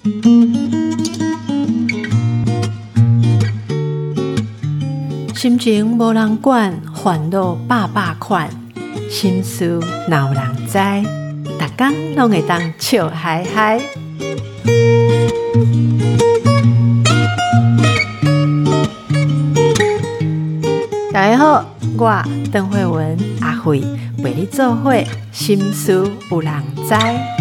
心情无人管，烦恼百百款，心事哪有人知？逐天拢会当笑嗨嗨。大家好，我邓惠文阿惠陪你做伙，心事有人知。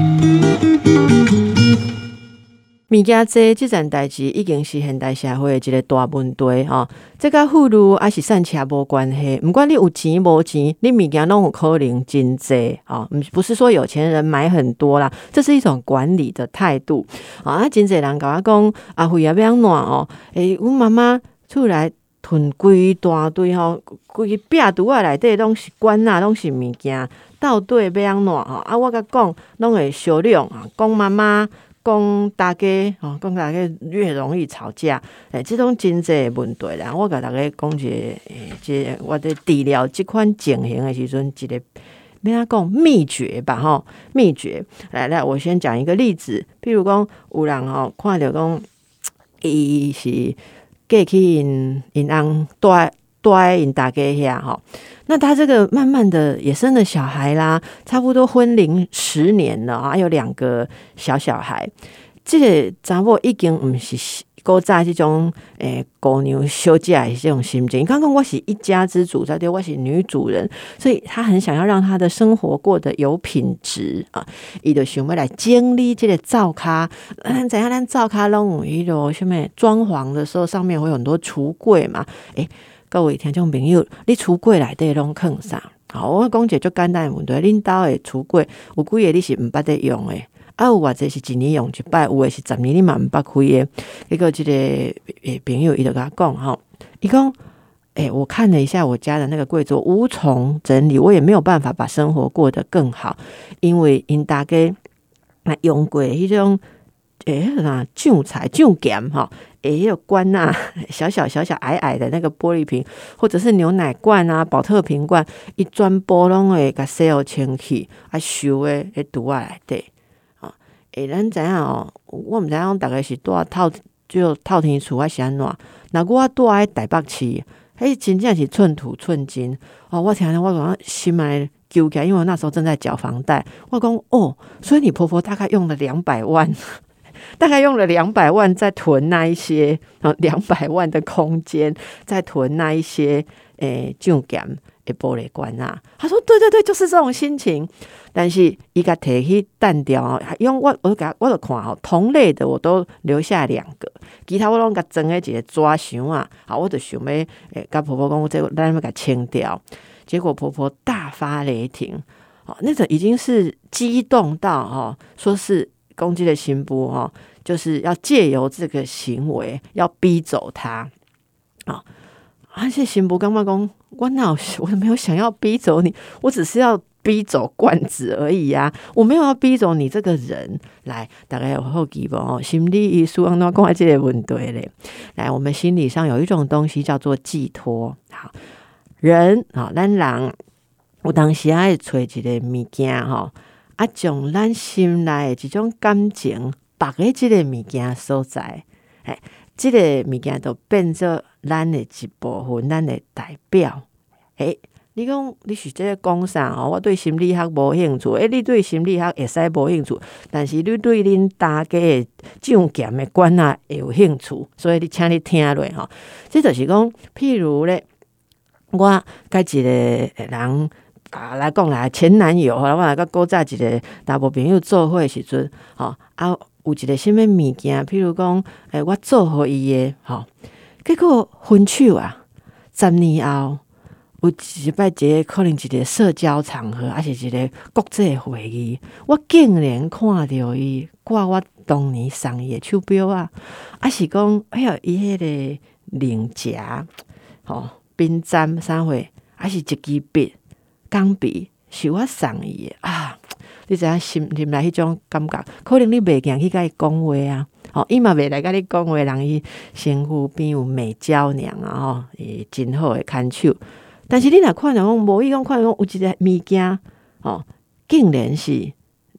物件多这件代志已经是现代社会的一个大问题吼。这甲富裕还是散车无关系，不管你有钱无钱，你物件拢有可能真多啊。不是说有钱人买很多啦，这是一种管理的态度啊。真侪人甲我讲，阿惠要怎哦？阮妈妈厝内囤规大堆吼，规壁橱仔内底拢是管啊，拢是物件，到底要怎吼？啊，我甲讲，拢会小量啊，讲妈妈。讲大家越容易吵架，这种真济问题啦。我甲大家讲一个，我伫治疗这款情形的时阵，一个要怎讲秘诀吧吼，秘诀。来，我先讲一个例子，譬如讲有人吼看到讲，伊是嫁去因翁住因大家遐吼。那他这个慢慢的也生了小孩啦，差不多婚龄10年了啊，有2个小孩。这个查某已经不是古早这种姑娘小姐的这种心情。刚刚我是一家之主，在对我是女主人，所以她很想要让她的生活过得有品质啊。伊就想要来经历这个灶咖，怎样咱灶咖拢有迄个什么装潢的时候，上面会有很多橱柜嘛，各位听众朋友，你橱柜内底拢放啥？好，我讲一个最简单的问题，恁家的橱柜有几个你是毋捌得用的？啊，有或者是1年用一摆，有的是10年你嘛毋捌开的。结果这个朋友伊就甲我讲吼，伊讲我看了一下我家的那个柜子，无从整理，我也没有办法把生活过得更好，因为因大家用过迄种酱菜酱咸吼。也有罐啊，小矮矮的那个玻璃瓶，或者是牛奶罐啊、保特瓶罐，一全部拢会甲洗好清气，啊收诶喺橱仔内底啊。咱知影哦，我毋知影大概是住透天厝还是安怎？那我住喺台北市，迄真正是寸土寸金哦。我听我讲心内揪起来，因为我那时候正在缴房贷，我讲所以你婆婆大概用了200万。大概用了200万在囤那一些200万的空间，在囤那一些酱咸的玻璃罐啊。他说对，就是这种心情。但是伊甲摕去淡掉，因为我就看同类的我都留下2个，其他我拢甲装在一个纸箱啊。好，我就想要甲婆婆讲，这咱要甲清掉。结果婆婆大发雷霆，那个已经是激动到说是。攻击的心部就是要借由这个行为要逼走他这心部刚刚讲我没有想要逼走你，我只是要逼走罐子而已啊，我没有要逼走你这个人。来，大概有好奇无心理艺术怎么讲这个问题咧？来，我们心理上有一种东西叫做寄托。好，人咱人有当时会找一个物件将咱心内的一种感情放在这个物件所在，这个物件就变做咱的一部分，咱的代表。你讲你是这个讲啥我对心理学无兴趣，你对心理学会使无兴趣，但是你对恁大家的酱咸的管会有兴趣，所以你请你听落这就是讲，譬如咧，我甲一个人。来讲啦，前男友我来甲古早一个大部朋友做伙的时阵有一个什么物件，譬如讲我做互伊的结果分手啊，10年后有一摆可能一个社交场合，还是一个国际会议，我竟然看到伊挂我当年送伊的手表啊，是讲伊迄个领夹冰针啥货，还是一支笔。钢笔是我送伊的啊！你知影心内迄种感觉，可能你袂行去甲伊讲话啊，伊嘛袂来甲你讲话，人伊身躯边有美娇娘啊，真好的牵手。但是你若看到讲，无伊讲看到讲有一个物件，竟然是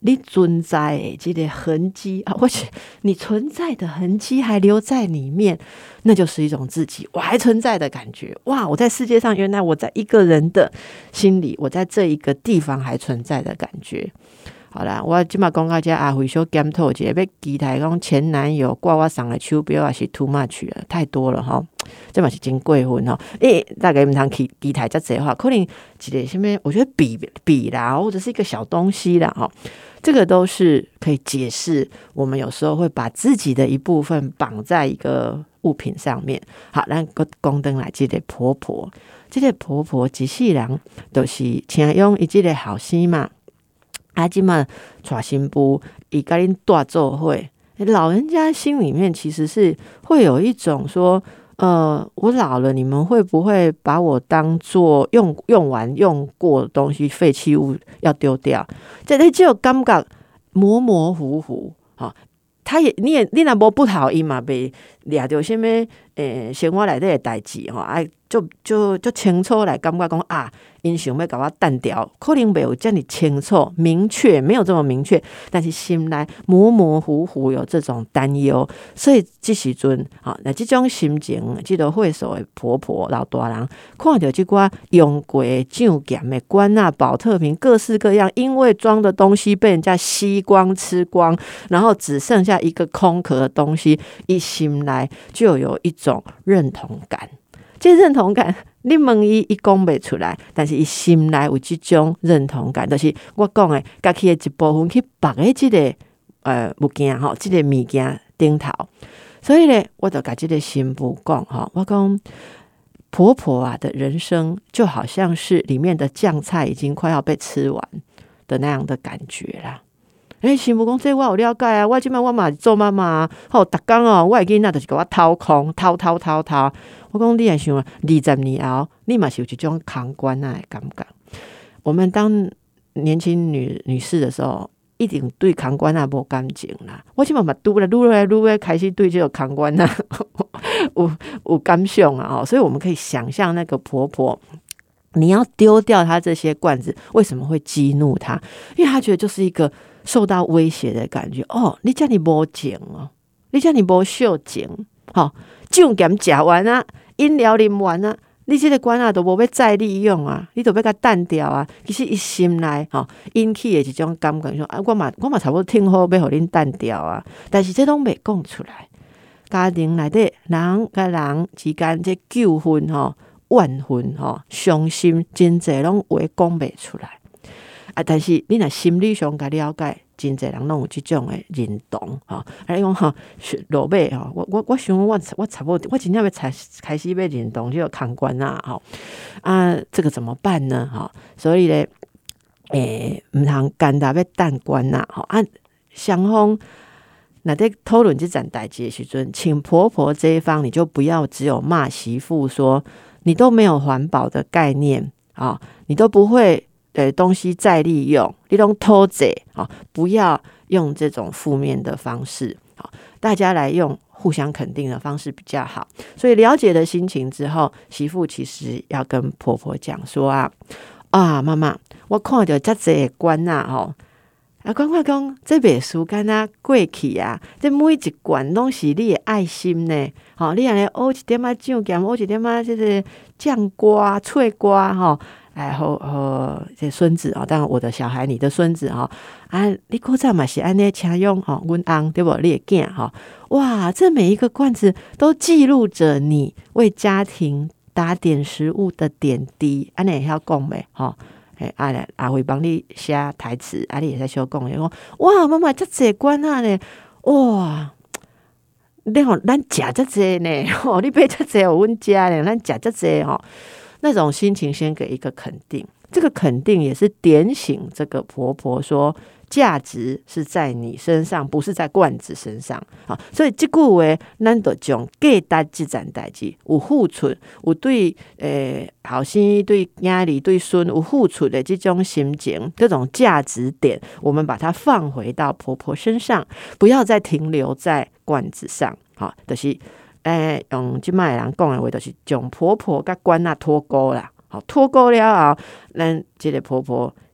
你存在的这个痕迹啊，或者你存在的痕迹还留在里面，那就是一种自己，我还存在的感觉。哇，我在世界上，原来我在一个人的心里，我在这一个地方还存在的感觉。好啦，我即马讲到这阿辉小检讨一下，要期待讲前男友挂我送的手表也是 too much 了，太多了哈，这嘛是真过分哈。大概唔通期待这济话，可能一个什么，我觉得笔啦，或者是一个小东西啦哈，这个都是可以解释我们有时候会把自己的一部分绑在一个物品上面。好，咱讲回来这个婆婆，这个婆婆一世人都是请用伊这个后生嘛。即嘛娶新妇，伊甲恁大做伙，老人家心里面其实是会有一种说，我老了，你们会不会把我当做用完用过的东西，废弃物要丢掉？这有感觉模模糊糊，你若无不好意嘛，被掠到什么生活内底的代志就清楚来感觉讲啊，因想要甲我淡掉，可能没有这么清楚明确，没有这么明确，但是心内模模糊糊有这种担忧，所以这时阵那这种心情，这个会所的婆婆老大人看到这寡用过酱咸的罐啊、保特瓶各式各样，因为装的东西被人家吸光吃光，然后只剩下一个空壳的东西，一心内就有一种认同感。这认同感，你问伊讲不出来，但是伊心内有这种认同感，就是我讲的，家己的一部分去绑在这个物件这个物件顶头。所以呢，我就甲这个新妇讲我讲婆婆啊的人生就好像是里面的酱菜已经快要被吃完的那样的感觉啦。新妇讲这我有了解啊，我现在我嘛做妈妈，每天我的囡仔就是给我掏空，掏。我讲你也想20年后，你嘛是有这种空关啊的感觉。我们当年轻女士的时候，一定对空关啊无感情啦。我现在嘛愈来开始对这个空关啊有感想啊，所以我们可以想象那个婆婆。你要丢掉她这些罐子，为什么会激怒她？因为她觉得就是一个受到威胁的感觉。你这样无情哦，你这样无孝情，酱咸吃完啊，饮料啉完啊，你这个罐啊都无要再利用啊，你都要甲淡掉啊。其实伊心内引起的一种感觉说我嘛差不多听好要互恁淡掉啊，但是这拢未讲出来。家庭内底人甲人之间这纠纷怨恨伤心，真侪拢话讲袂出来但是你若心理上甲了解，真侪人拢有这种的认同你讲落尾我想我差不多我真正要开始要认同这个空关这个怎么办呢所以咧唔通干焦要淡关双方那在讨论这件代志的时阵，请婆婆这一方，你就不要只有骂媳妇说你都没有环保的概念你都不会东西再利用，你都偷贼不要用这种负面的方式大家来用互相肯定的方式比较好。所以了解了心情之后，媳妇其实要跟婆婆讲说妈妈，我看到这些罐感觉讲这袂输干过去这每一罐拢是你的爱心呢你安尼挖一点酱咸，挖一点这个酱瓜、脆瓜来和这孙子当然我的小孩，你的孙子你古早嘛是安尼请用阮翁对不？你的囝哇，这每一个罐子都记录着你为家庭打点食物的点滴，安尼会晓讲袂阿辉帮你写台词，你也在小讲讲哇，妈妈这济罐呢，哇，咱食这济呢，你买这济有阮食呢，咱食这济那种心情先给一个肯定，这个肯定也是点醒这个婆婆说，价值是在你身上，不是在罐子身上所以这句话咱就将价值这件代志有付出，有对后生、对囝儿、对孙有付出的这种心情，这种价值点，我们把它放回到婆婆身上，不要再停留在罐子上就是用现在的人讲的话，就是将婆婆跟罐脱钩啦脱钩了后，咱这个婆婆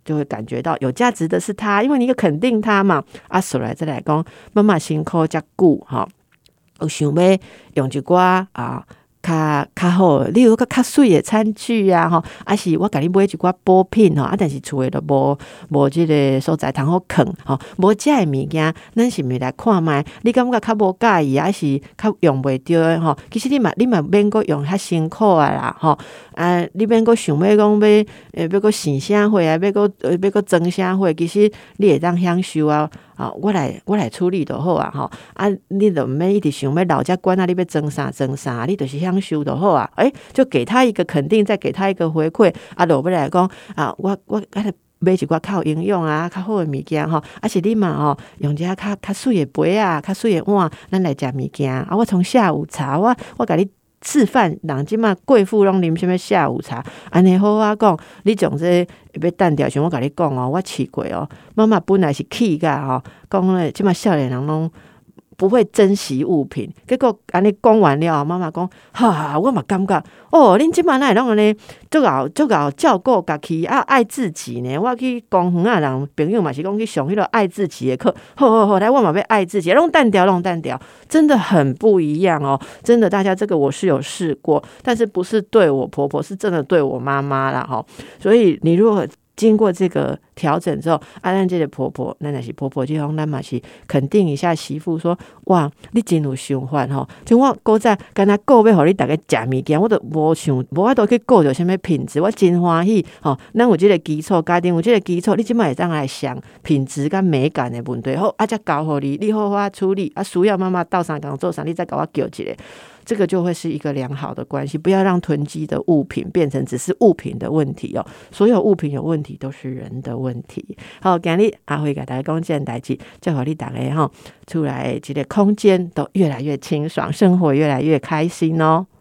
就会感觉到有价值的是他，因为你要肯定他嘛。啊，所来再来讲，妈妈辛苦遮久哈，有想要用一寡啊。较好，例如较水的餐具啊，吼，啊是我甲你买一寡补品吼，啊，但是厝诶都无即个所在通好囥吼，无遮诶物件，咱是毋是来看卖？你感觉较无介意，还是较用袂着诶吼？其实你嘛免阁用遐辛苦啊啦，吼，啊，你免阁想要讲要阁洗啥货啊，要阁装啥货，其实你会当享受啊。啊，我来处理就好啊，吼！啊，你就毋免一直想要留遮管啊，你要装啥，你就是享受就好啊。就给他一个肯定，再给他一个回馈。啊，落尾来讲啊，我买一寡较有营养啊、较好诶物件吼，啊是你嘛吼，用遮较水诶杯啊、较水诶碗，咱来食物件啊。我从下午茶，我甲你示范，人即马贵妇拢啉什么下午茶，安尼好啊讲，你从这要单调像我甲你讲哦，我试过哦，妈妈本来是气甲吼，讲咧即马少年人拢不会珍惜物品，结果安尼讲完了，妈妈讲，哈，我嘛感觉，哦，恁即摆哪会拢安尼，足够照顾家己啊，爱自己呢。我去公园啊，人朋友嘛是讲去上迄个爱自己的课，好，来我嘛要爱自己，弄淡掉，真的很不一样哦。真的，大家这个我是有试过，但是不是对我婆婆，是真的对我妈妈啦哈。所以你如果经过这个调整之后，咱这个婆婆，咱若是婆婆这方，咱嘛是肯定一下媳妇说，哇，你真有想法吼！就我搁再干那顾要互你大家食物件，我都无想，无法度去顾着什么品质，我真欢喜吼！咱有这个基础，家庭有这个基础，你即摆会当来想品质跟美感的问题，好，啊，再交互你好好处理，啊，需要妈妈到啥工做啥，你再甲我叫一个。这个就会是一个良好的关系，不要让囤积的物品变成只是物品的问题哦。所有物品有问题都是人的问题。好，今日阿辉给大家讲这件代志，就好你大家出来这个空间都越来越清爽，生活越来越开心哦。